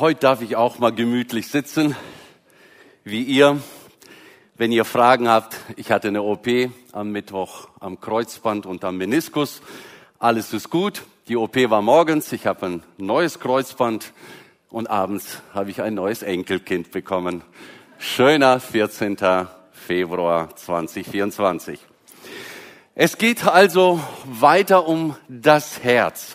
Heute darf ich auch mal gemütlich sitzen, wie ihr. Wenn ihr Fragen habt, ich hatte eine OP am Mittwoch am Kreuzband und am Meniskus. Alles ist gut. Die OP war morgens. Ich habe ein neues Kreuzband und abends habe ich ein neues Enkelkind bekommen. Schöner 14. Februar 2024. Es geht also weiter um das Herz.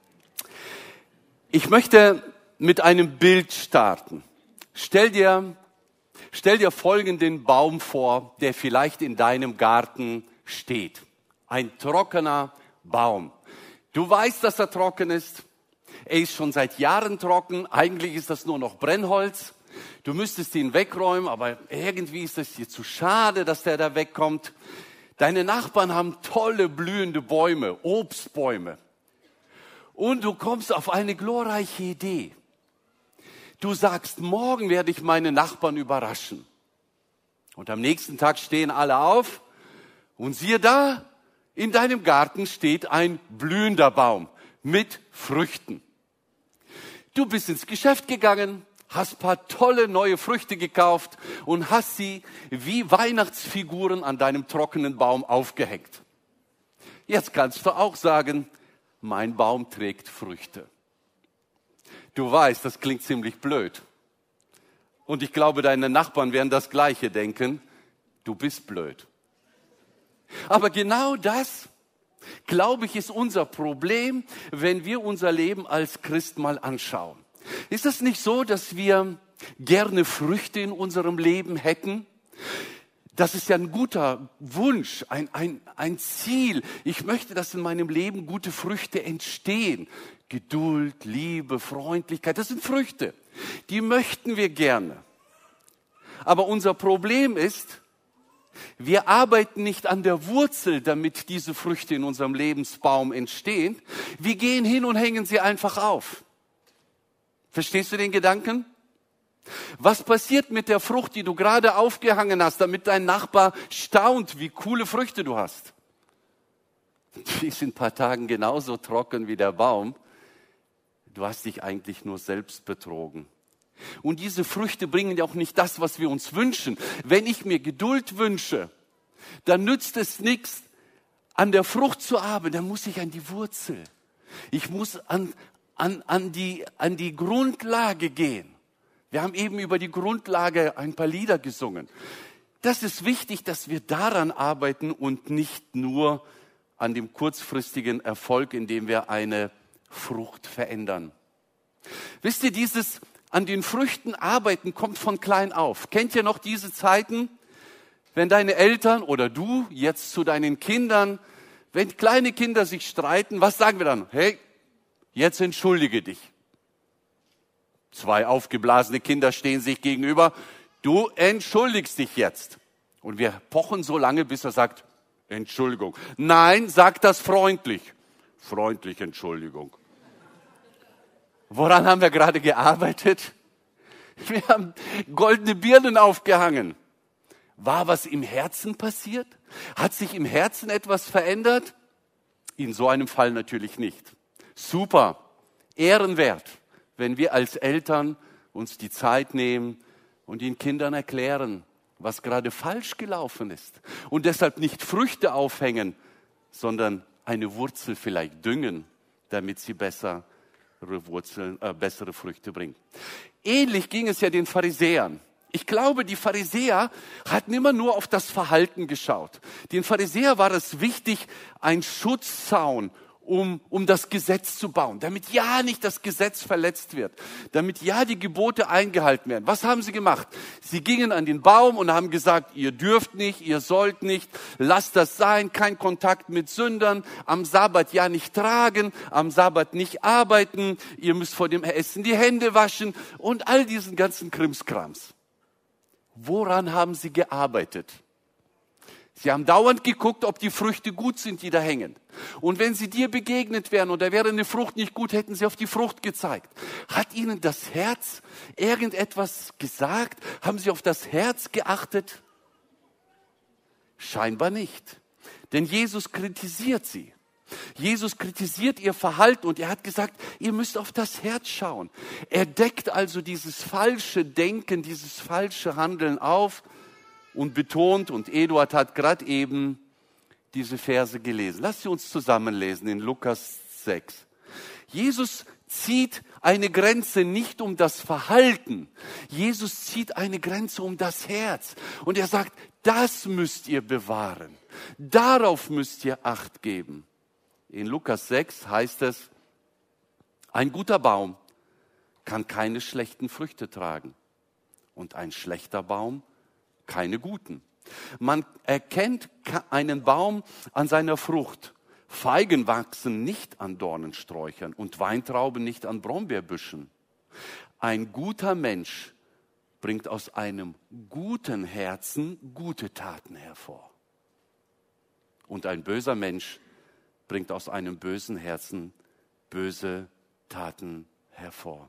Ich möchte mit einem Bild starten. Stell dir folgenden Baum vor, der vielleicht in deinem Garten steht. Ein trockener Baum. Du weißt, dass er trocken ist. Er ist schon seit Jahren trocken. Eigentlich ist das nur noch Brennholz. Du müsstest ihn wegräumen, aber irgendwie ist es dir zu schade, dass der da wegkommt. Deine Nachbarn haben tolle blühende Bäume, Obstbäume. Und du kommst auf eine glorreiche Idee. Du sagst, morgen werde ich meine Nachbarn überraschen. Und am nächsten Tag stehen alle auf und siehe da, in deinem Garten steht ein blühender Baum mit Früchten. Du bist ins Geschäft gegangen, hast ein paar tolle neue Früchte gekauft und hast sie wie Weihnachtsfiguren an deinem trockenen Baum aufgehängt. Jetzt kannst du auch sagen, mein Baum trägt Früchte. Du weißt, das klingt ziemlich blöd. Und ich glaube, deine Nachbarn werden das Gleiche denken. Du bist blöd. Aber genau das, glaube ich, ist unser Problem, wenn wir unser Leben als Christ mal anschauen. Ist es nicht so, dass wir gerne Früchte in unserem Leben hätten? Das ist ja ein guter Wunsch, ein Ziel. Ich möchte, dass in meinem Leben gute Früchte entstehen. Geduld, Liebe, Freundlichkeit, das sind Früchte. Die möchten wir gerne. Aber unser Problem ist, wir arbeiten nicht an der Wurzel, damit diese Früchte in unserem Lebensbaum entstehen. Wir gehen hin und hängen sie einfach auf. Verstehst du den Gedanken? Was passiert mit der Frucht, die du gerade aufgehangen hast, damit dein Nachbar staunt, wie coole Früchte du hast? Die sind ein paar Tagen genauso trocken wie der Baum. Du hast dich eigentlich nur selbst betrogen. Und diese Früchte bringen ja auch nicht das, was wir uns wünschen. Wenn ich mir Geduld wünsche, dann nützt es nichts, an der Frucht zu arbeiten. Dann muss ich an die Wurzel. Ich muss an die Grundlage gehen. Wir haben eben über die Grundlage ein paar Lieder gesungen. Das ist wichtig, dass wir daran arbeiten und nicht nur an dem kurzfristigen Erfolg, indem wir eine Frucht verändern. Wisst ihr, dieses an den Früchten arbeiten kommt von klein auf. Kennt ihr noch diese Zeiten, wenn deine Eltern oder du jetzt zu deinen Kindern, wenn kleine Kinder sich streiten, was sagen wir dann? Hey, jetzt entschuldige dich. 2 aufgeblasene Kinder stehen sich gegenüber. Du entschuldigst dich jetzt. Und wir pochen so lange, bis er sagt, Entschuldigung. Nein, sag das freundlich. Freundlich, Entschuldigung. Woran haben wir gerade gearbeitet? Wir haben goldene Birnen aufgehangen. War was im Herzen passiert? Hat sich im Herzen etwas verändert? In so einem Fall natürlich nicht. Super, ehrenwert, wenn wir als Eltern uns die Zeit nehmen und den Kindern erklären, was gerade falsch gelaufen ist. Und deshalb nicht Früchte aufhängen, sondern eine Wurzel vielleicht düngen, damit sie bessere Früchte bringt. Ähnlich ging es ja den Pharisäern. Ich glaube, die Pharisäer hatten immer nur auf das Verhalten geschaut. Den Pharisäer war es wichtig, ein Schutzzaun um das Gesetz zu bauen, damit ja nicht das Gesetz verletzt wird, damit ja die Gebote eingehalten werden. Was haben sie gemacht? Sie gingen an den Baum und haben gesagt, ihr dürft nicht, ihr sollt nicht, lasst das sein, kein Kontakt mit Sündern, am Sabbat ja nicht tragen, am Sabbat nicht arbeiten, ihr müsst vor dem Essen die Hände waschen und all diesen ganzen Krimskrams. Woran haben sie gearbeitet? Sie haben dauernd geguckt, ob die Früchte gut sind, die da hängen. Und wenn sie dir begegnet wären und da wäre eine Frucht nicht gut, hätten sie auf die Frucht gezeigt. Hat ihnen das Herz irgendetwas gesagt? Haben sie auf das Herz geachtet? Scheinbar nicht. Denn Jesus kritisiert sie. Jesus kritisiert ihr Verhalten und er hat gesagt, ihr müsst auf das Herz schauen. Er deckt also dieses falsche Denken, dieses falsche Handeln auf und betont, und Eduard hat gerade eben diese Verse gelesen. Lasst sie uns zusammenlesen in Lukas 6. Jesus zieht eine Grenze nicht um das Verhalten. Jesus zieht eine Grenze um das Herz. Und er sagt, das müsst ihr bewahren. Darauf müsst ihr Acht geben. In Lukas 6 heißt es, ein guter Baum kann keine schlechten Früchte tragen und ein schlechter Baum keine guten. Man erkennt einen Baum an seiner Frucht. Feigen wachsen nicht an Dornensträuchern und Weintrauben nicht an Brombeerbüschen. Ein guter Mensch bringt aus einem guten Herzen gute Taten hervor. Und ein böser Mensch bringt aus einem bösen Herzen böse Taten hervor.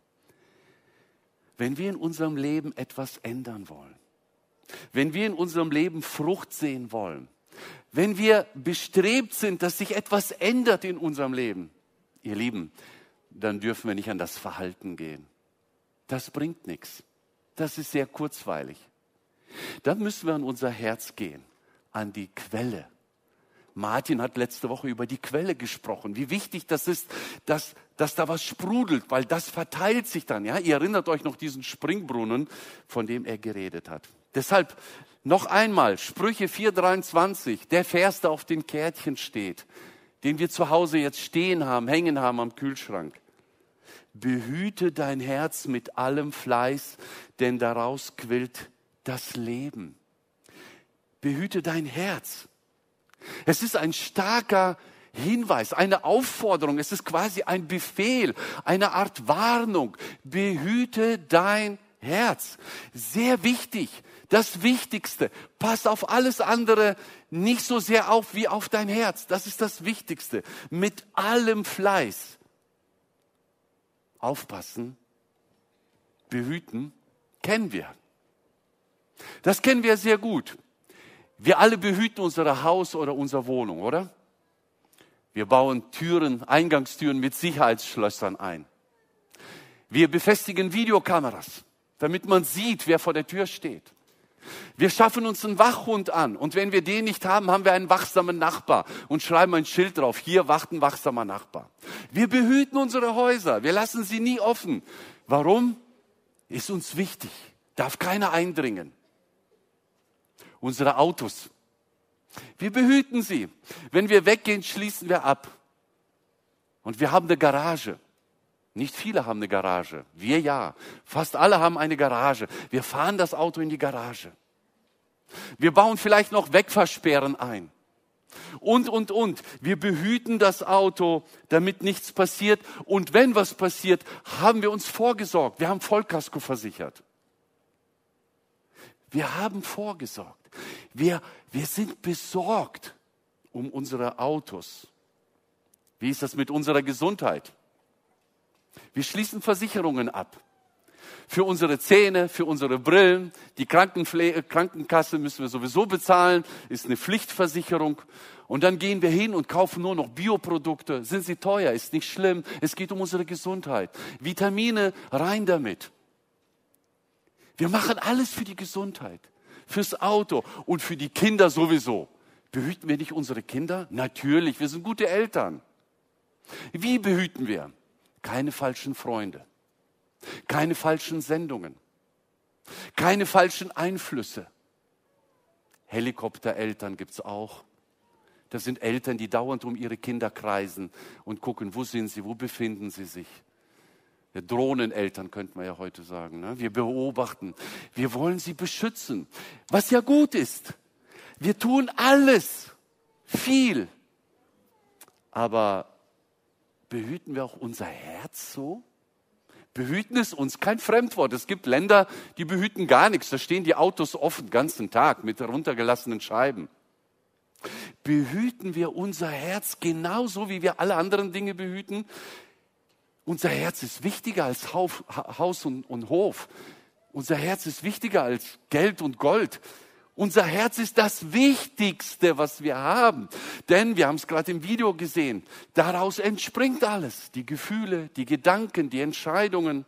Wenn wir in unserem Leben etwas ändern wollen, wenn wir in unserem Leben Frucht sehen wollen, wenn wir bestrebt sind, dass sich etwas ändert in unserem Leben, ihr Lieben, dann dürfen wir nicht an das Verhalten gehen. Das bringt nichts. Das ist sehr kurzweilig. Dann müssen wir an unser Herz gehen, an die Quelle. Martin hat letzte Woche über die Quelle gesprochen, wie wichtig das ist, dass da was sprudelt, weil das verteilt sich dann. Ja? Ihr erinnert euch noch diesen Springbrunnen, von dem er geredet hat. Deshalb noch einmal Sprüche 4,23, der Vers, der auf den Kärtchen steht, den wir zu Hause jetzt stehen haben, hängen haben am Kühlschrank. Behüte dein Herz mit allem Fleiß, denn daraus quillt das Leben. Behüte dein Herz. Es ist ein starker Hinweis, eine Aufforderung, es ist quasi ein Befehl, eine Art Warnung. Behüte dein Herz. Sehr wichtig, das Wichtigste. Pass auf alles andere nicht so sehr auf wie auf dein Herz. Das ist das Wichtigste. Mit allem Fleiß. Aufpassen, behüten, kennen wir. Das kennen wir sehr gut. Wir alle behüten unser Haus oder unsere Wohnung, oder? Wir bauen Türen, Eingangstüren mit Sicherheitsschlössern ein. Wir befestigen Videokameras, damit man sieht, wer vor der Tür steht. Wir schaffen uns einen Wachhund an und wenn wir den nicht haben, haben wir einen wachsamen Nachbar und schreiben ein Schild drauf, hier wacht ein wachsamer Nachbar. Wir behüten unsere Häuser, wir lassen sie nie offen. Warum? Ist uns wichtig, darf keiner eindringen. Unsere Autos, wir behüten sie. Wenn wir weggehen, schließen wir ab. Und wir haben eine Garage. Nicht viele haben eine Garage. Wir ja. Fast alle haben eine Garage. Wir fahren das Auto in die Garage. Wir bauen vielleicht noch Wegfahrsperren ein. Und. Wir behüten das Auto, damit nichts passiert. Und wenn was passiert, haben wir uns vorgesorgt. Wir haben Vollkasko versichert. Wir haben vorgesorgt. Wir sind besorgt um unsere Autos. Wie ist das mit unserer Gesundheit? Wir schließen Versicherungen ab. Für unsere Zähne, für unsere Brillen. Die Krankenkasse müssen wir sowieso bezahlen, ist eine Pflichtversicherung. Und dann gehen wir hin und kaufen nur noch Bioprodukte. Sind sie teuer? Ist nicht schlimm. Es geht um unsere Gesundheit. Vitamine, rein damit. Wir machen alles für die Gesundheit, fürs Auto und für die Kinder sowieso. Behüten wir nicht unsere Kinder? Natürlich, wir sind gute Eltern. Wie behüten wir? Keine falschen Freunde, keine falschen Sendungen, keine falschen Einflüsse. Helikoptereltern gibt's auch. Das sind Eltern, die dauernd um ihre Kinder kreisen und gucken, wo sind sie, wo befinden sie sich. Drohneneltern könnte man ja heute sagen. Ne? Wir beobachten, wir wollen sie beschützen, was ja gut ist. Wir tun alles, viel. Aber behüten wir auch unser Herz so? Behüten es uns, kein Fremdwort. Es gibt Länder, die behüten gar nichts. Da stehen die Autos offen den ganzen Tag mit heruntergelassenen Scheiben. Behüten wir unser Herz genauso, wie wir alle anderen Dinge behüten? Unser Herz ist wichtiger als Haus und Hof. Unser Herz ist wichtiger als Geld und Gold. Unser Herz ist das Wichtigste, was wir haben. Denn, wir haben es gerade im Video gesehen, daraus entspringt alles. Die Gefühle, die Gedanken, die Entscheidungen.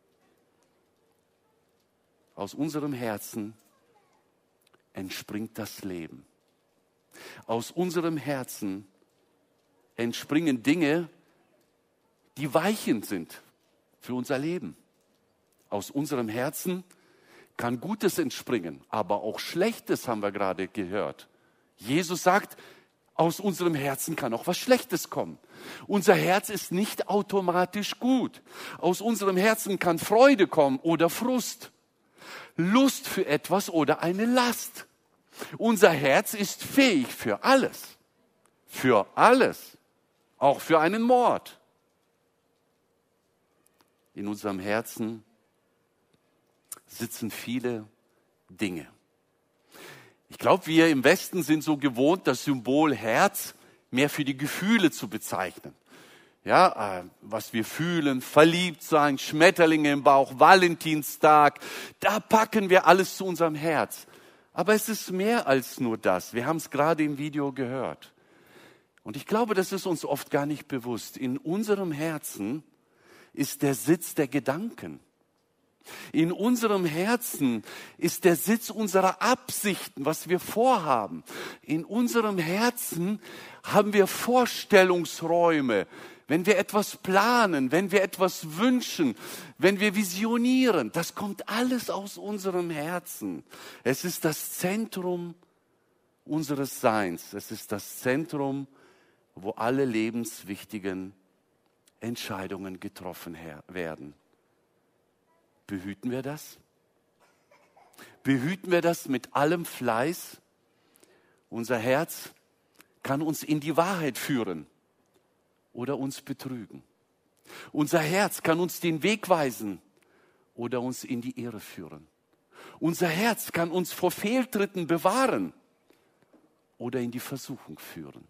Aus unserem Herzen entspringt das Leben. Aus unserem Herzen entspringen Dinge, die weichend sind für unser Leben. Aus unserem Herzen kann Gutes entspringen, aber auch Schlechtes, haben wir gerade gehört. Jesus sagt, aus unserem Herzen kann auch was Schlechtes kommen. Unser Herz ist nicht automatisch gut. Aus unserem Herzen kann Freude kommen oder Frust, Lust für etwas oder eine Last. Unser Herz ist fähig für alles. Für alles. Auch für einen Mord. In unserem Herzen sitzen viele Dinge. Ich glaube, wir im Westen sind so gewohnt, das Symbol Herz mehr für die Gefühle zu bezeichnen. Ja, was wir fühlen, verliebt sein, Schmetterlinge im Bauch, Valentinstag, da packen wir alles zu unserem Herz. Aber es ist mehr als nur das. Wir haben es gerade im Video gehört. Und ich glaube, das ist uns oft gar nicht bewusst. In unserem Herzen ist der Sitz der Gedanken. In unserem Herzen ist der Sitz unserer Absichten, was wir vorhaben. In unserem Herzen haben wir Vorstellungsräume, wenn wir etwas planen, wenn wir etwas wünschen, wenn wir visionieren. Das kommt alles aus unserem Herzen. Es ist das Zentrum unseres Seins. Es ist das Zentrum, wo alle lebenswichtigen Entscheidungen getroffen werden. Behüten wir das? Behüten wir das mit allem Fleiß? Unser Herz kann uns in die Wahrheit führen oder uns betrügen. Unser Herz kann uns den Weg weisen oder uns in die Irre führen. Unser Herz kann uns vor Fehltritten bewahren oder in die Versuchung führen.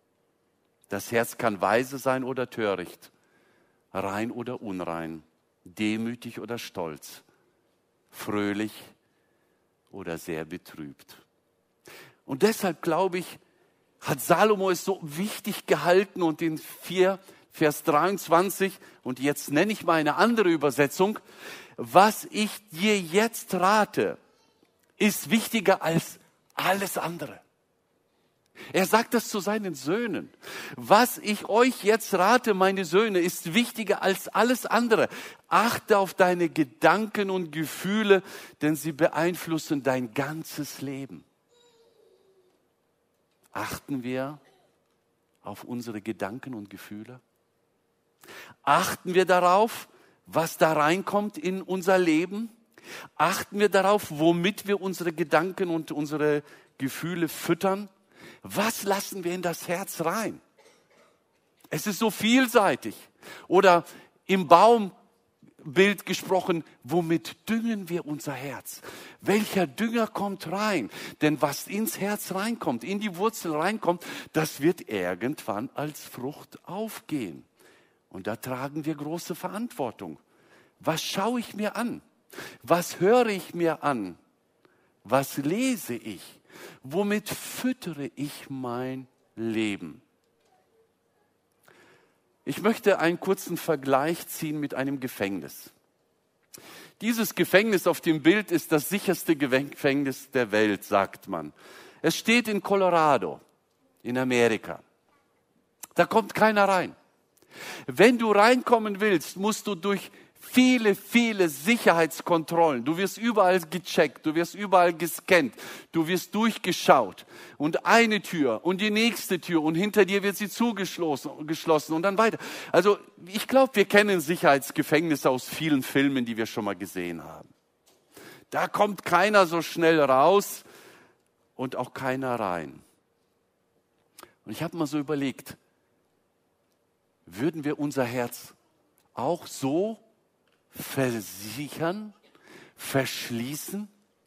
Das Herz kann weise sein oder töricht, rein oder unrein, demütig oder stolz, fröhlich oder sehr betrübt. Und deshalb glaube ich, hat Salomo es so wichtig gehalten und in 4, Vers 23, und jetzt nenne ich mal eine andere Übersetzung, was ich dir jetzt rate, ist wichtiger als alles andere. Er sagt das zu seinen Söhnen. Was ich euch jetzt rate, meine Söhne, ist wichtiger als alles andere. Achte auf deine Gedanken und Gefühle, denn sie beeinflussen dein ganzes Leben. Achten wir auf unsere Gedanken und Gefühle? Achten wir darauf, was da reinkommt in unser Leben? Achten wir darauf, womit wir unsere Gedanken und unsere Gefühle füttern? Was lassen wir in das Herz rein? Es ist so vielseitig. Oder im Baumbild gesprochen, womit düngen wir unser Herz? Welcher Dünger kommt rein? Denn was ins Herz reinkommt, in die Wurzel reinkommt, das wird irgendwann als Frucht aufgehen. Und da tragen wir große Verantwortung. Was schaue ich mir an? Was höre ich mir an? Was lese ich? Womit füttere ich mein Leben? Ich möchte einen kurzen Vergleich ziehen mit einem Gefängnis. Dieses Gefängnis auf dem Bild ist das sicherste Gefängnis der Welt, sagt man. Es steht in Colorado, in Amerika. Da kommt keiner rein. Wenn du reinkommen willst, musst du durch viele, viele Sicherheitskontrollen. Du wirst überall gecheckt, du wirst überall gescannt, du wirst durchgeschaut. Und eine Tür und die nächste Tür und hinter dir wird sie zugeschlossen und dann weiter. Also ich glaube, wir kennen Sicherheitsgefängnisse aus vielen Filmen, die wir schon mal gesehen haben. Da kommt keiner so schnell raus und auch keiner rein. Und ich habe mal so überlegt, würden wir unser Herz auch so versichern, verschließen?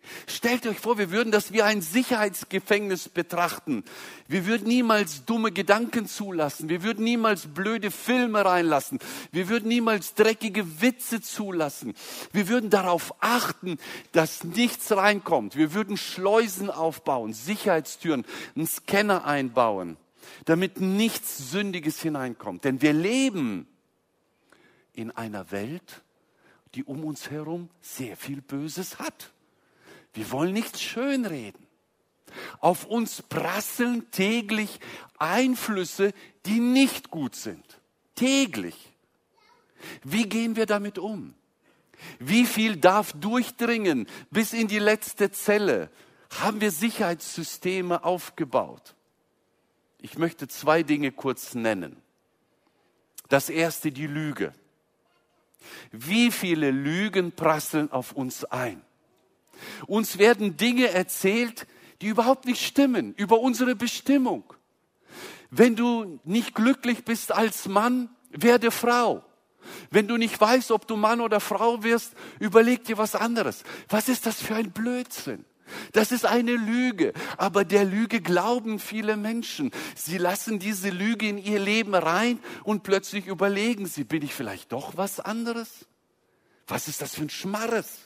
Stellt euch vor, wir würden das wie ein Sicherheitsgefängnis betrachten. Wir würden niemals dumme Gedanken zulassen. Wir würden niemals blöde Filme reinlassen. Wir würden niemals dreckige Witze zulassen. Wir würden darauf achten, dass nichts reinkommt. Wir würden Schleusen aufbauen, Sicherheitstüren, einen Scanner einbauen, damit nichts Sündiges hineinkommt. Denn wir leben in einer Welt, die um uns herum sehr viel Böses hat. Wir wollen nichts schönreden. Auf uns prasseln täglich Einflüsse, die nicht gut sind. Täglich. Wie gehen wir damit um? Wie viel darf durchdringen bis in die letzte Zelle? Haben wir Sicherheitssysteme aufgebaut? Ich möchte 2 Dinge kurz nennen. Das erste, die Lüge. Wie viele Lügen prasseln auf uns ein? Uns werden Dinge erzählt, die überhaupt nicht stimmen, über unsere Bestimmung. Wenn du nicht glücklich bist als Mann, werde Frau. Wenn du nicht weißt, ob du Mann oder Frau wirst, überleg dir was anderes. Was ist das für ein Blödsinn? Das ist eine Lüge, aber der Lüge glauben viele Menschen. Sie lassen diese Lüge in ihr Leben rein und plötzlich überlegen sie, bin ich vielleicht doch was anderes? Was ist das für ein Schmarres?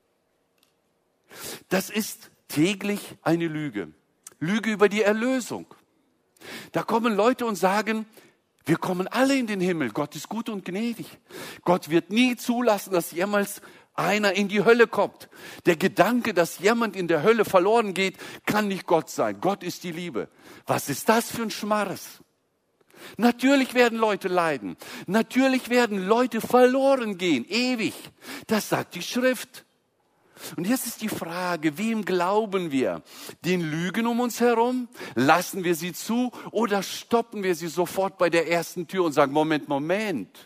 Das ist täglich eine Lüge. Lüge über die Erlösung. Da kommen Leute und sagen, wir kommen alle in den Himmel. Gott ist gut und gnädig. Gott wird nie zulassen, dass jemals einer in die Hölle kommt. Der Gedanke, dass jemand in der Hölle verloren geht, kann nicht Gott sein. Gott ist die Liebe. Was ist das für ein Schmarres? Natürlich werden Leute leiden. Natürlich werden Leute verloren gehen, ewig. Das sagt die Schrift. Und jetzt ist die Frage, wem glauben wir? Den Lügen um uns herum? Lassen wir sie zu oder stoppen wir sie sofort bei der ersten Tür und sagen, Moment.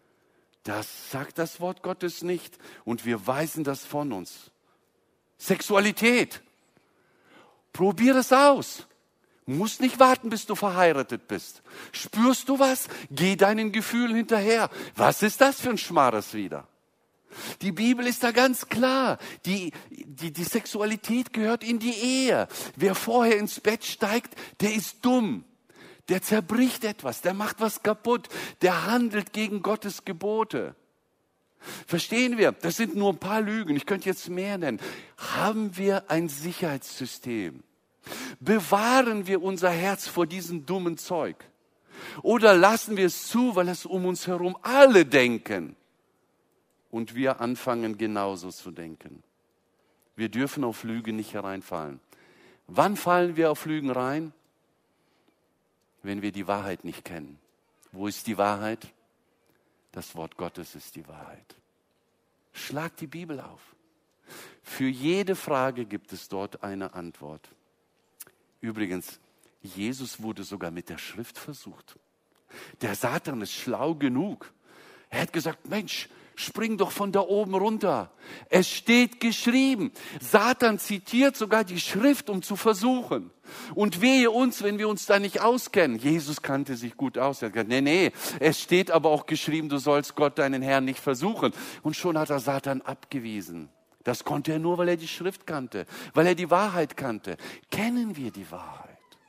Das sagt das Wort Gottes nicht und wir weisen das von uns. Sexualität. Probier es aus. Musst nicht warten, bis du verheiratet bist. Spürst du was? Geh deinen Gefühlen hinterher. Was ist das für ein Schmarres wieder? Die Bibel ist da ganz klar. Die Sexualität gehört in die Ehe. Wer vorher ins Bett steigt, der ist dumm. Der zerbricht etwas, der macht was kaputt, der handelt gegen Gottes Gebote. Verstehen wir? Das sind nur ein paar Lügen. Ich könnte jetzt mehr nennen. Haben wir ein Sicherheitssystem? Bewahren wir unser Herz vor diesem dummen Zeug? Oder lassen wir es zu, weil es um uns herum alle denken? Und wir anfangen genauso zu denken. Wir dürfen auf Lügen nicht hereinfallen. Wann fallen wir auf Lügen rein? Wenn wir die Wahrheit nicht kennen. Wo ist die Wahrheit? Das Wort Gottes ist die Wahrheit. Schlag die Bibel auf. Für jede Frage gibt es dort eine Antwort. Übrigens, Jesus wurde sogar mit der Schrift versucht. Der Satan ist schlau genug. Er hat gesagt, Mensch, spring doch von da oben runter. Es steht geschrieben. Satan zitiert sogar die Schrift, um zu versuchen. Und wehe uns, wenn wir uns da nicht auskennen. Jesus kannte sich gut aus. Er hat gesagt, nee, es steht aber auch geschrieben, du sollst Gott, deinen Herrn, nicht versuchen. Und schon hat er Satan abgewiesen. Das konnte er nur, weil er die Schrift kannte, weil er die Wahrheit kannte. Kennen wir die Wahrheit?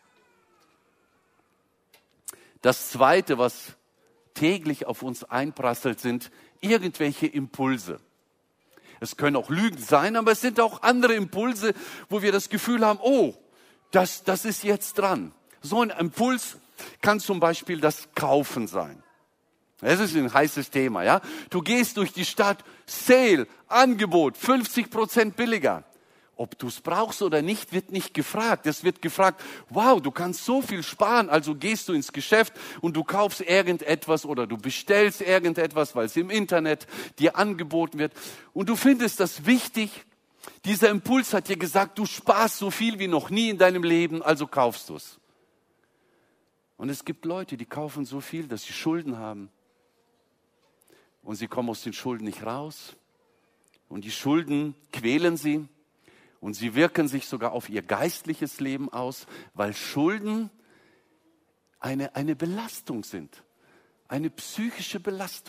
Das Zweite, was täglich auf uns einprasselt, sind irgendwelche Impulse. Es können auch Lügen sein, aber es sind auch andere Impulse, wo wir das Gefühl haben, oh, das ist jetzt dran. So ein Impuls kann zum Beispiel das Kaufen sein. Das ist ein heißes Thema, ja. Du gehst durch die Stadt, Sale, Angebot, 50% billiger. Ob du es brauchst oder nicht, wird nicht gefragt. Es wird gefragt, wow, du kannst so viel sparen, also gehst du ins Geschäft und du kaufst irgendetwas oder du bestellst irgendetwas, weil es im Internet dir angeboten wird. Und du findest das wichtig. Dieser Impuls hat dir gesagt, du sparst so viel wie noch nie in deinem Leben, also kaufst du es. Und es gibt Leute, die kaufen so viel, dass sie Schulden haben. Und sie kommen aus den Schulden nicht raus. Und die Schulden quälen sie. Und sie wirken sich sogar auf ihr geistliches Leben aus, weil Schulden eine Belastung sind. Eine psychische Belastung.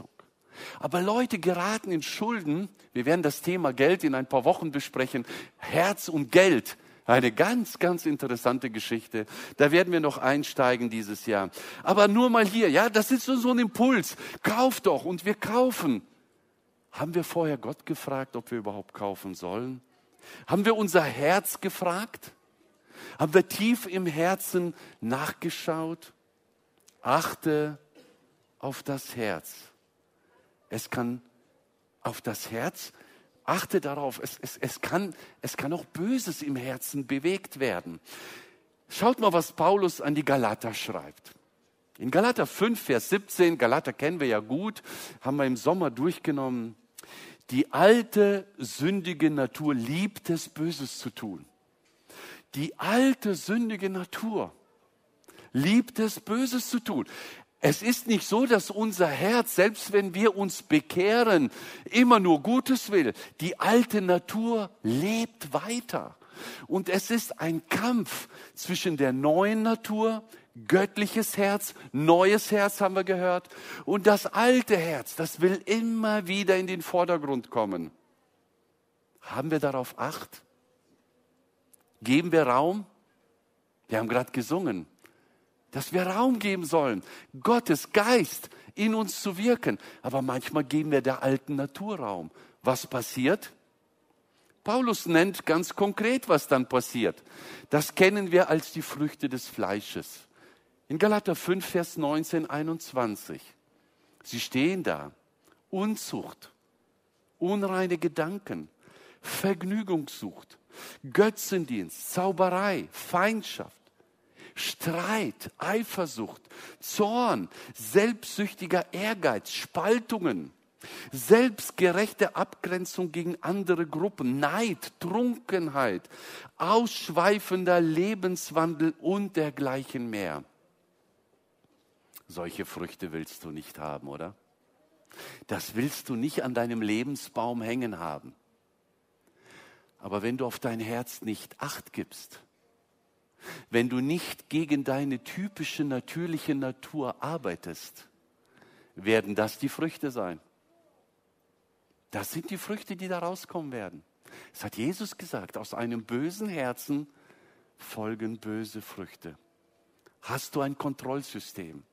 Aber Leute geraten in Schulden. Wir werden das Thema Geld in ein paar Wochen besprechen. Herz und Geld. Eine ganz, ganz interessante Geschichte. Da werden wir noch einsteigen dieses Jahr. Aber nur mal hier, ja, das ist so ein Impuls. Kauf doch, und wir kaufen. Haben wir vorher Gott gefragt, ob wir überhaupt kaufen sollen? Haben wir unser Herz gefragt? Haben wir tief im Herzen nachgeschaut? Achte auf das Herz. Es kann auf das Herz, achte darauf, es kann auch Böses im Herzen bewegt werden. Schaut mal, was Paulus an die Galater schreibt. In Galater 5, Vers 17, Galater kennen wir ja gut, haben wir im Sommer durchgenommen. Die alte, sündige Natur liebt es, Böses zu tun. Die alte, sündige Natur liebt es, Böses zu tun. Es ist nicht so, dass unser Herz, selbst wenn wir uns bekehren, immer nur Gutes will. Die alte Natur lebt weiter. Und es ist ein Kampf zwischen der neuen Natur, göttliches Herz, neues Herz haben wir gehört, und das alte Herz, das will immer wieder in den Vordergrund kommen. Haben wir darauf Acht? Geben wir Raum? Wir haben gerade gesungen, dass wir Raum geben sollen, Gottes Geist in uns zu wirken. Aber manchmal geben wir der alten Natur Raum. Was passiert? Paulus nennt ganz konkret, was dann passiert. Das kennen wir als die Früchte des Fleisches. In Galater 5, Vers 19, 21. Sie stehen da. Unzucht, unreine Gedanken, Vergnügungssucht, Götzendienst, Zauberei, Feindschaft, Streit, Eifersucht, Zorn, selbstsüchtiger Ehrgeiz, Spaltungen, selbstgerechte Abgrenzung gegen andere Gruppen, Neid, Trunkenheit, ausschweifender Lebenswandel und dergleichen mehr. Solche Früchte willst du nicht haben, oder? Das willst du nicht an deinem Lebensbaum hängen haben. Aber wenn du auf dein Herz nicht Acht gibst, wenn du nicht gegen deine typische natürliche Natur arbeitest, werden das die Früchte sein. Das sind die Früchte, die da rauskommen werden. Das hat Jesus gesagt, aus einem bösen Herzen folgen böse Früchte. Hast du ein Kontrollsystem?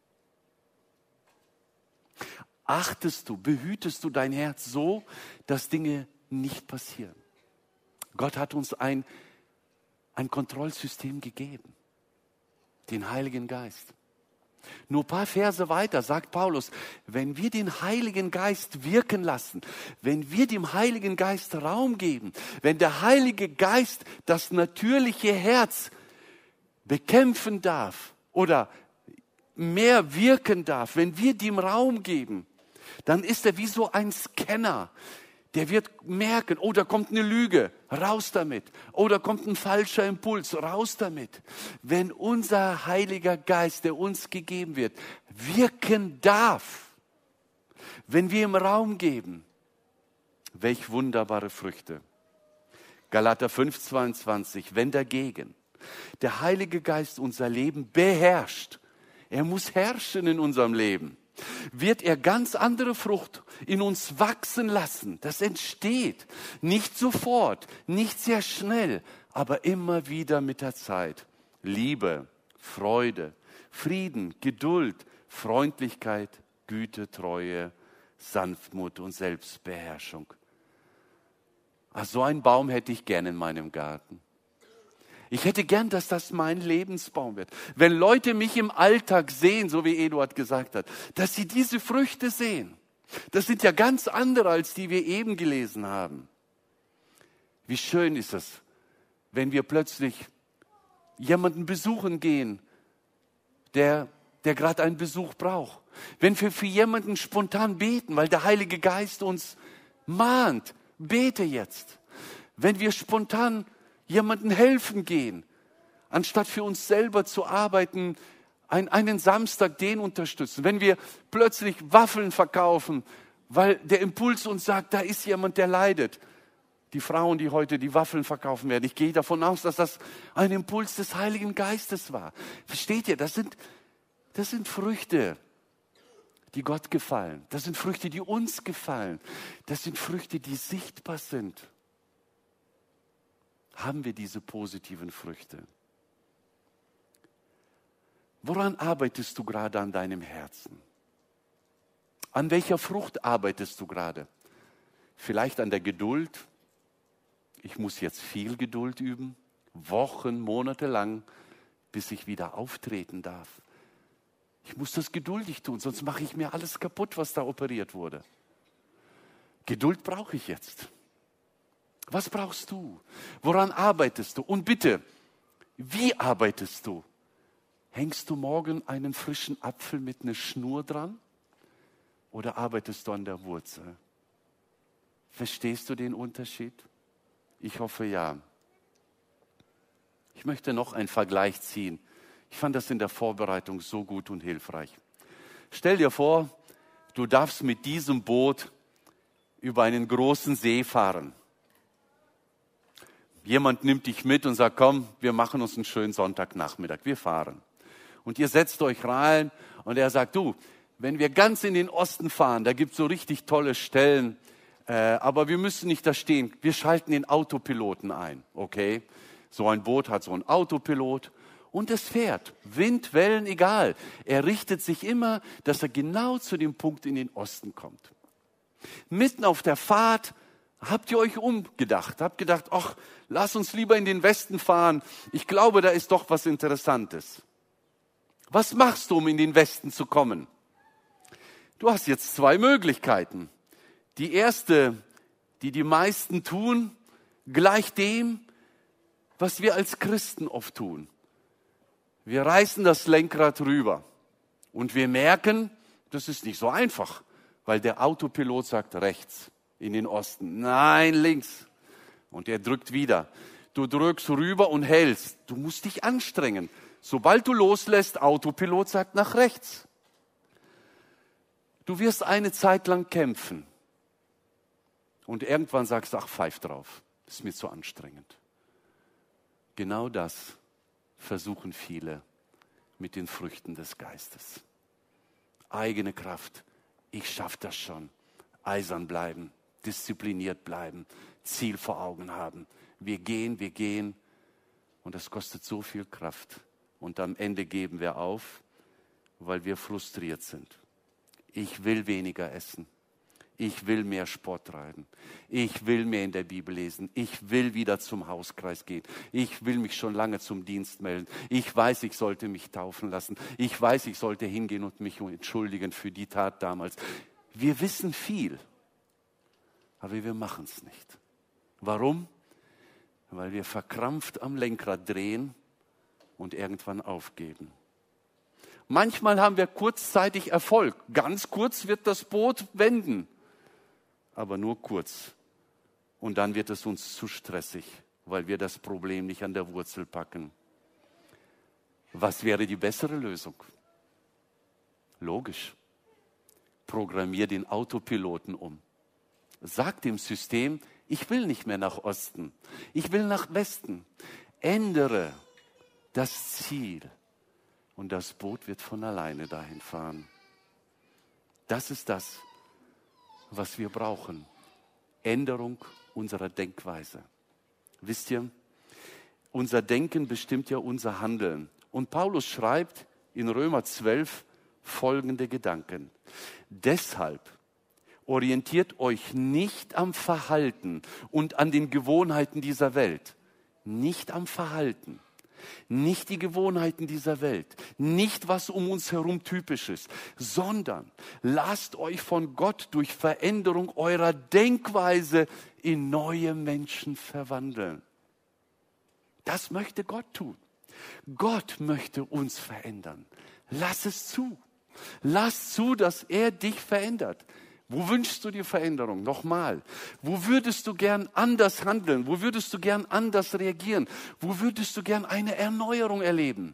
Achtest du, behütest du dein Herz so, dass Dinge nicht passieren? Gott hat uns ein Kontrollsystem gegeben, den Heiligen Geist. Nur ein paar Verse weiter sagt Paulus, wenn wir den Heiligen Geist wirken lassen, wenn wir dem Heiligen Geist Raum geben, wenn der Heilige Geist das natürliche Herz bekämpfen darf oder mehr wirken darf, wenn wir dem Raum geben, dann ist er wie so ein Scanner. Der wird merken, oh, da kommt eine Lüge, raus damit. Oh, da kommt ein falscher Impuls, raus damit. Wenn unser Heiliger Geist, der uns gegeben wird, wirken darf, wenn wir ihm Raum geben, welch wunderbare Früchte. Galater 5, 22, wenn dagegen der Heilige Geist unser Leben beherrscht, er muss herrschen in unserem Leben, wird er ganz andere Frucht in uns wachsen lassen. Das entsteht nicht sofort, nicht sehr schnell, aber immer wieder mit der Zeit. Liebe, Freude, Frieden, Geduld, Freundlichkeit, Güte, Treue, Sanftmut und Selbstbeherrschung. Ach, so einen Baum hätte ich gern in meinem Garten. Ich hätte gern, dass das mein Lebensbaum wird. Wenn Leute mich im Alltag sehen, so wie Eduard gesagt hat, dass sie diese Früchte sehen. Das sind ja ganz andere, als die wir eben gelesen haben. Wie schön ist es, wenn wir plötzlich jemanden besuchen gehen, der gerade einen Besuch braucht. Wenn wir für jemanden spontan beten, weil der Heilige Geist uns mahnt, bete jetzt. Wenn wir spontan jemandem helfen gehen, anstatt für uns selber zu arbeiten, einen Samstag den unterstützen. Wenn wir plötzlich Waffeln verkaufen, weil der Impuls uns sagt, da ist jemand, der leidet. Die Frauen, die heute die Waffeln verkaufen werden, ich gehe davon aus, dass das ein Impuls des Heiligen Geistes war. Versteht ihr? Das sind Früchte, die Gott gefallen. Das sind Früchte, die uns gefallen. Das sind Früchte, die sichtbar sind. Haben wir diese positiven Früchte? Woran arbeitest du gerade an deinem Herzen? An welcher Frucht arbeitest du gerade? Vielleicht an der Geduld. Ich muss jetzt viel Geduld üben, Wochen, Monate lang, bis ich wieder auftreten darf. Ich muss das geduldig tun, sonst mache ich mir alles kaputt, was da operiert wurde. Geduld brauche ich jetzt. Was brauchst du? Woran arbeitest du? Und bitte, wie arbeitest du? Hängst du morgen einen frischen Apfel mit einer Schnur dran? Oder arbeitest du an der Wurzel? Verstehst du den Unterschied? Ich hoffe ja. Ich möchte noch einen Vergleich ziehen. Ich fand das in der Vorbereitung so gut und hilfreich. Stell dir vor, du darfst mit diesem Boot über einen großen See fahren. Jemand nimmt dich mit und sagt, komm, wir machen uns einen schönen Sonntagnachmittag, wir fahren. Und ihr setzt euch rein und er sagt, du, wenn wir ganz in den Osten fahren, da gibt es so richtig tolle Stellen, aber wir müssen nicht da stehen, wir schalten den Autopiloten ein, okay? So ein Boot hat so einen Autopilot und es fährt, Wind, Wellen, egal. Er richtet sich immer, dass er genau zu dem Punkt in den Osten kommt. Mitten auf der Fahrt habt ihr euch umgedacht, habt gedacht, ach, lass uns lieber in den Westen fahren, ich glaube, da ist doch was Interessantes. Was machst du, um in den Westen zu kommen? Du hast jetzt zwei Möglichkeiten. Die erste, die meisten tun, gleicht dem, was wir als Christen oft tun. Wir reißen das Lenkrad rüber und wir merken, das ist nicht so einfach, weil der Autopilot sagt rechts in den Osten, nein, links. Und er drückt wieder. Du drückst rüber und hältst. Du musst dich anstrengen. Sobald du loslässt, Autopilot sagt nach rechts. Du wirst eine Zeit lang kämpfen. Und irgendwann sagst du, ach, pfeif drauf. Das ist mir zu anstrengend. Genau das versuchen viele mit den Früchten des Geistes. Eigene Kraft. Ich schaffe das schon. Eisern bleiben. Diszipliniert bleiben. Ziel vor Augen haben. Wir gehen. Und das kostet so viel Kraft. Und am Ende geben wir auf, weil wir frustriert sind. Ich will weniger essen. Ich will mehr Sport treiben. Ich will mehr in der Bibel lesen. Ich will wieder zum Hauskreis gehen. Ich will mich schon lange zum Dienst melden. Ich weiß, ich sollte mich taufen lassen. Ich weiß, ich sollte hingehen und mich entschuldigen für die Tat damals. Wir wissen viel, aber wir machen es nicht. Warum? Weil wir verkrampft am Lenkrad drehen und irgendwann aufgeben. Manchmal haben wir kurzzeitig Erfolg. Ganz kurz wird das Boot wenden, aber nur kurz. Und dann wird es uns zu stressig, weil wir das Problem nicht an der Wurzel packen. Was wäre die bessere Lösung? Logisch. Programmier den Autopiloten um. Sag dem System, ich will nicht mehr nach Osten, ich will nach Westen. Ändere das Ziel und das Boot wird von alleine dahin fahren. Das ist das, was wir brauchen. Änderung unserer Denkweise. Wisst ihr, unser Denken bestimmt ja unser Handeln. Und Paulus schreibt in Römer 12 folgende Gedanken. Deshalb orientiert euch nicht am Verhalten und an den Gewohnheiten dieser Welt. Nicht am Verhalten. Nicht die Gewohnheiten dieser Welt, nicht was um uns herum typisch ist, sondern lasst euch von Gott durch Veränderung eurer Denkweise in neue Menschen verwandeln. Das möchte Gott tun. Gott möchte uns verändern. Lass es zu. Lass zu, dass er dich verändert. Wo wünschst du dir Veränderung? Nochmal. Wo würdest du gern anders handeln? Wo würdest du gern anders reagieren? Wo würdest du gern eine Erneuerung erleben?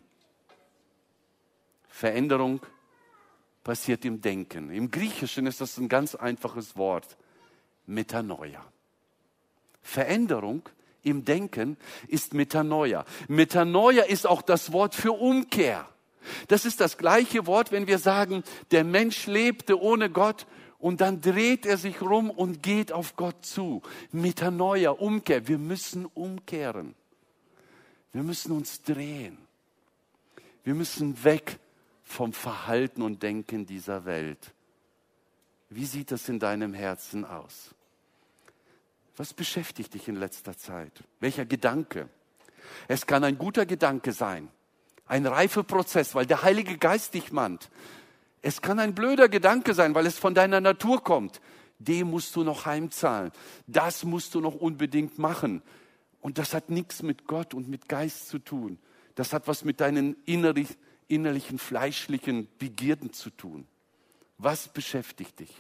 Veränderung passiert im Denken. Im Griechischen ist das ein ganz einfaches Wort. Metanoia. Veränderung im Denken ist Metanoia. Metanoia ist auch das Wort für Umkehr. Das ist das gleiche Wort, wenn wir sagen, der Mensch lebte ohne Gott und dann dreht er sich rum und geht auf Gott zu. Metanoia, Umkehr. Wir müssen umkehren. Wir müssen uns drehen. Wir müssen weg vom Verhalten und Denken dieser Welt. Wie sieht das in deinem Herzen aus? Was beschäftigt dich in letzter Zeit? Welcher Gedanke? Es kann ein guter Gedanke sein, ein Reifeprozess, weil der Heilige Geist dich mahnt. Es kann ein blöder Gedanke sein, weil es von deiner Natur kommt. Dem musst du noch heimzahlen. Das musst du noch unbedingt machen. Und das hat nichts mit Gott und mit Geist zu tun. Das hat was mit deinen innerlichen, fleischlichen Begierden zu tun. Was beschäftigt dich?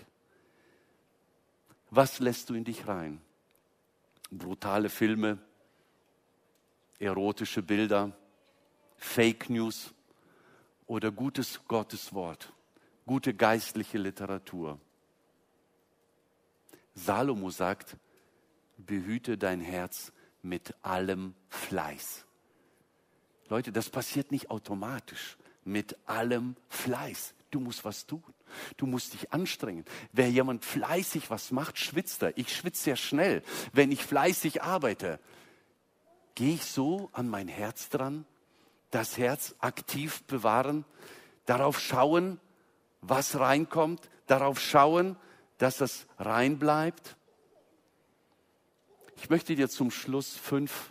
Was lässt du in dich rein? Brutale Filme, erotische Bilder, Fake News oder gutes Gotteswort, gute geistliche Literatur. Salomo sagt, behüte dein Herz mit allem Fleiß. Leute, das passiert nicht automatisch. Mit allem Fleiß. Du musst was tun. Du musst dich anstrengen. Wer jemand fleißig was macht, schwitzt er. Ich schwitze sehr schnell, wenn ich fleißig arbeite. Gehe ich so an mein Herz dran? Das Herz aktiv bewahren? Darauf schauen, was reinkommt? Darauf schauen, dass es rein bleibt? Ich möchte dir zum Schluss fünf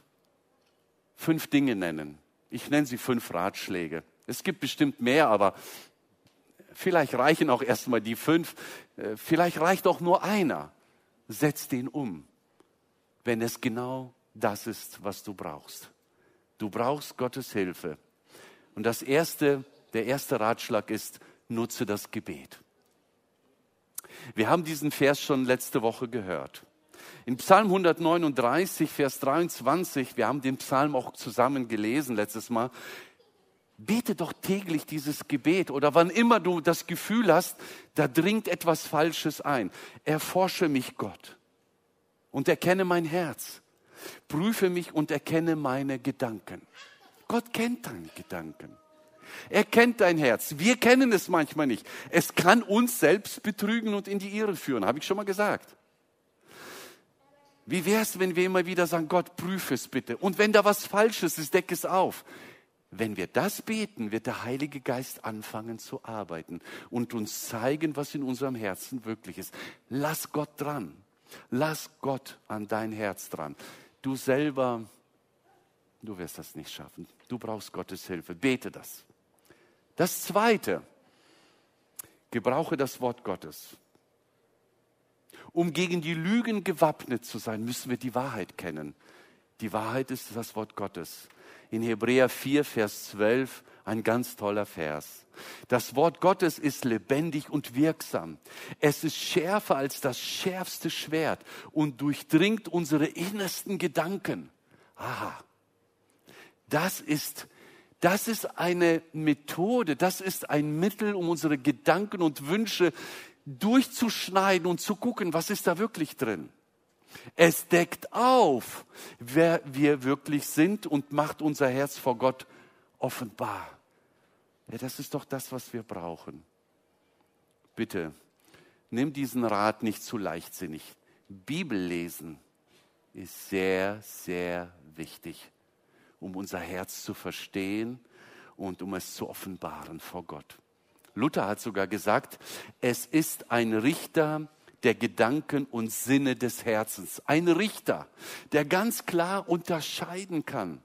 Dinge nennen. Ich nenne sie 5 Ratschläge. Es gibt bestimmt mehr, aber vielleicht reichen auch erstmal die 5. Vielleicht reicht auch nur einer. Setz den um, wenn es genau das ist, was du brauchst. Du brauchst Gottes Hilfe. Und der erste Ratschlag ist, nutze das Gebet. Wir haben diesen Vers schon letzte Woche gehört. In Psalm 139, Vers 23, wir haben den Psalm auch zusammen gelesen letztes Mal, bete doch täglich dieses Gebet oder wann immer du das Gefühl hast, da dringt etwas Falsches ein. Erforsche mich, Gott, und erkenne mein Herz. Prüfe mich und erkenne meine Gedanken. Gott kennt deine Gedanken. Er kennt dein Herz. Wir kennen es manchmal nicht. Es kann uns selbst betrügen und in die Irre führen, habe ich schon mal gesagt. Wie wäre es, wenn wir immer wieder sagen, Gott, prüfe es bitte. Und wenn da was Falsches ist, deck es auf. Wenn wir das beten, wird der Heilige Geist anfangen zu arbeiten und uns zeigen, was in unserem Herzen wirklich ist. Lass Gott dran. Lass Gott an dein Herz dran. Du selber, du wirst das nicht schaffen. Du brauchst Gottes Hilfe. Bete das. Das Zweite, gebrauche das Wort Gottes. Um gegen die Lügen gewappnet zu sein, müssen wir die Wahrheit kennen. Die Wahrheit ist das Wort Gottes. In Hebräer 4, Vers 12, ein ganz toller Vers. Das Wort Gottes ist lebendig und wirksam. Es ist schärfer als das schärfste Schwert und durchdringt unsere innersten Gedanken. Aha, das ist eine Methode, das ist ein Mittel, um unsere Gedanken und Wünsche durchzuschneiden und zu gucken, was ist da wirklich drin. Es deckt auf, wer wir wirklich sind und macht unser Herz vor Gott offenbar. Ja, das ist doch das, was wir brauchen. Bitte, nimm diesen Rat nicht zu leichtsinnig. Bibel lesen ist sehr, sehr wichtig, um unser Herz zu verstehen und um es zu offenbaren vor Gott. Luther hat sogar gesagt, es ist ein Richter der Gedanken und Sinne des Herzens. Ein Richter, der ganz klar unterscheiden kann.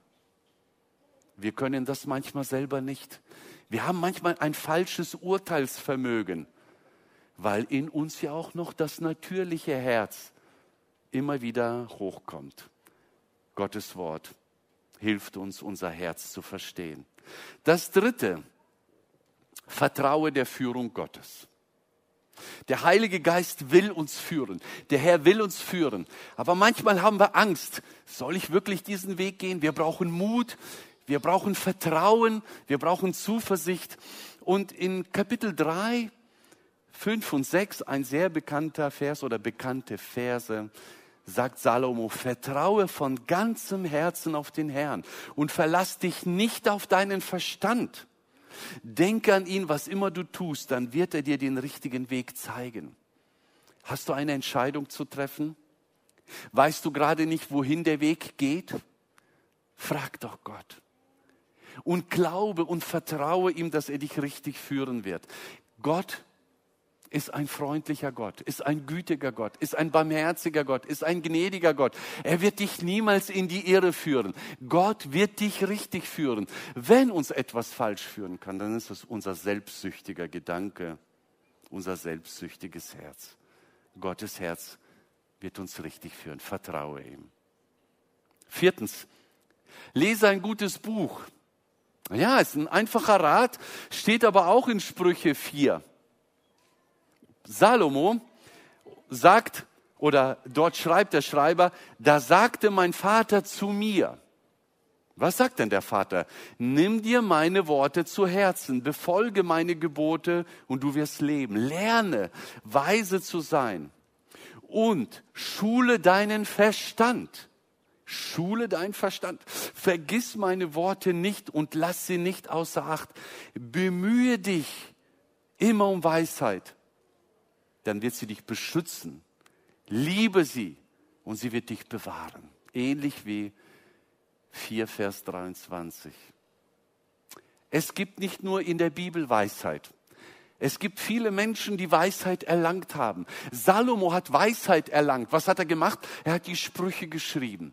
Wir können das manchmal selber nicht. Wir haben manchmal ein falsches Urteilsvermögen, weil in uns ja auch noch das natürliche Herz immer wieder hochkommt. Gottes Wort hilft uns, unser Herz zu verstehen. Das Dritte, vertraue der Führung Gottes. Der Heilige Geist will uns führen. Der Herr will uns führen. Aber manchmal haben wir Angst. Soll ich wirklich diesen Weg gehen? Wir brauchen Mut. Wir brauchen Vertrauen. Wir brauchen Zuversicht. Und in Kapitel 3, 5 und 6, ein sehr bekannter Vers oder bekannte Verse, sagt Salomo, vertraue von ganzem Herzen auf den Herrn und verlass dich nicht auf deinen Verstand. Denke an ihn, was immer du tust, dann wird er dir den richtigen Weg zeigen. Hast du eine Entscheidung zu treffen? Weißt du gerade nicht, wohin der Weg geht? Frag doch Gott. Und glaube und vertraue ihm, dass er dich richtig führen wird. Gott ist ein freundlicher Gott, ist ein gütiger Gott, ist ein barmherziger Gott, ist ein gnädiger Gott. Er wird dich niemals in die Irre führen. Gott wird dich richtig führen. Wenn uns etwas falsch führen kann, dann ist es unser selbstsüchtiger Gedanke, unser selbstsüchtiges Herz. Gottes Herz wird uns richtig führen. Vertraue ihm. 4. Lese ein gutes Buch. Ja, ist ein einfacher Rat, steht aber auch in Sprüche 4. Salomo sagt, oder dort schreibt der Schreiber, da sagte mein Vater zu mir. Was sagt denn der Vater? Nimm dir meine Worte zu Herzen, befolge meine Gebote und du wirst leben. Lerne, weise zu sein und schule deinen Verstand. Schule deinen Verstand. Vergiss meine Worte nicht und lass sie nicht außer Acht. Bemühe dich immer um Weisheit. Dann wird sie dich beschützen. Liebe sie und sie wird dich bewahren. Ähnlich wie 4, Vers 23. Es gibt nicht nur in der Bibel Weisheit. Es gibt viele Menschen, die Weisheit erlangt haben. Salomo hat Weisheit erlangt. Was hat er gemacht? Er hat die Sprüche geschrieben.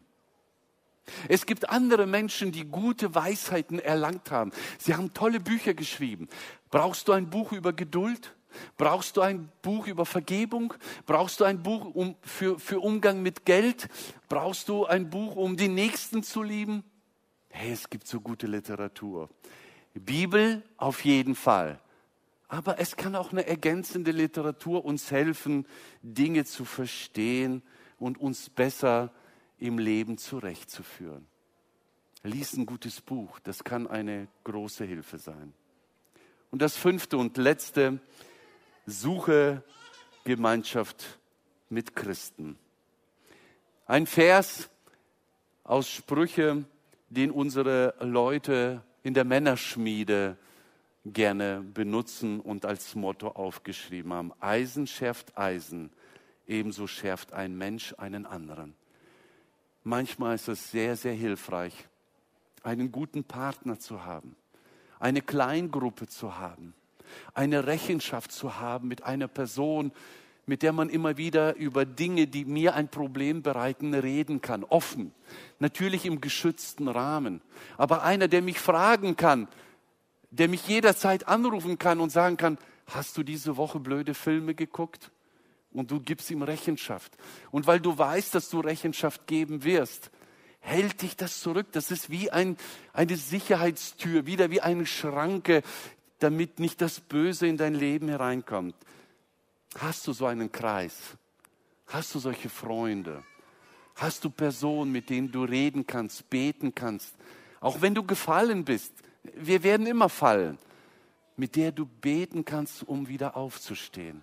Es gibt andere Menschen, die gute Weisheiten erlangt haben. Sie haben tolle Bücher geschrieben. Brauchst du ein Buch über Geduld? Brauchst du ein Buch über Vergebung? Brauchst du ein Buch für Umgang mit Geld? Brauchst du ein Buch, um die Nächsten zu lieben? Hey, es gibt so gute Literatur. Bibel auf jeden Fall. Aber es kann auch eine ergänzende Literatur uns helfen, Dinge zu verstehen und uns besser im Leben zurechtzuführen. Lies ein gutes Buch, das kann eine große Hilfe sein. Und das 5. und letzte, suche Gemeinschaft mit Christen. Ein Vers aus Sprüche, den unsere Leute in der Männerschmiede gerne benutzen und als Motto aufgeschrieben haben. Eisen schärft Eisen, ebenso schärft ein Mensch einen anderen. Manchmal ist es sehr, sehr hilfreich, einen guten Partner zu haben, eine Kleingruppe zu haben, eine Rechenschaft zu haben mit einer Person, mit der man immer wieder über Dinge, die mir ein Problem bereiten, reden kann. Offen, natürlich im geschützten Rahmen. Aber einer, der mich fragen kann, der mich jederzeit anrufen kann und sagen kann, hast du diese Woche blöde Filme geguckt? Und du gibst ihm Rechenschaft. Und weil du weißt, dass du Rechenschaft geben wirst, hält dich das zurück. Das ist wie eine Sicherheitstür, wieder wie eine Schranke, damit nicht das Böse in dein Leben hereinkommt. Hast du so einen Kreis? Hast du solche Freunde? Hast du Personen, mit denen du reden kannst, beten kannst? Auch wenn du gefallen bist, wir werden immer fallen, mit der du beten kannst, um wieder aufzustehen.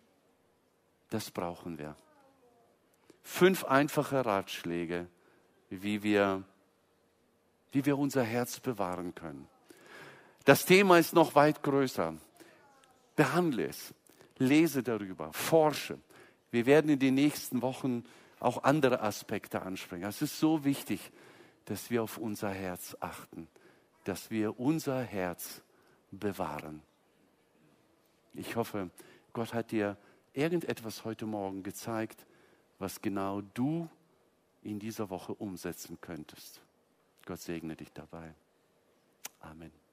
Das brauchen wir. 5 einfache Ratschläge, wie wir unser Herz bewahren können. Das Thema ist noch weit größer. Behandle es, lese darüber, forsche. Wir werden in den nächsten Wochen auch andere Aspekte ansprechen. Es ist so wichtig, dass wir auf unser Herz achten, dass wir unser Herz bewahren. Ich hoffe, Gott hat dir irgendetwas heute Morgen gezeigt, was genau du in dieser Woche umsetzen könntest. Gott segne dich dabei. Amen.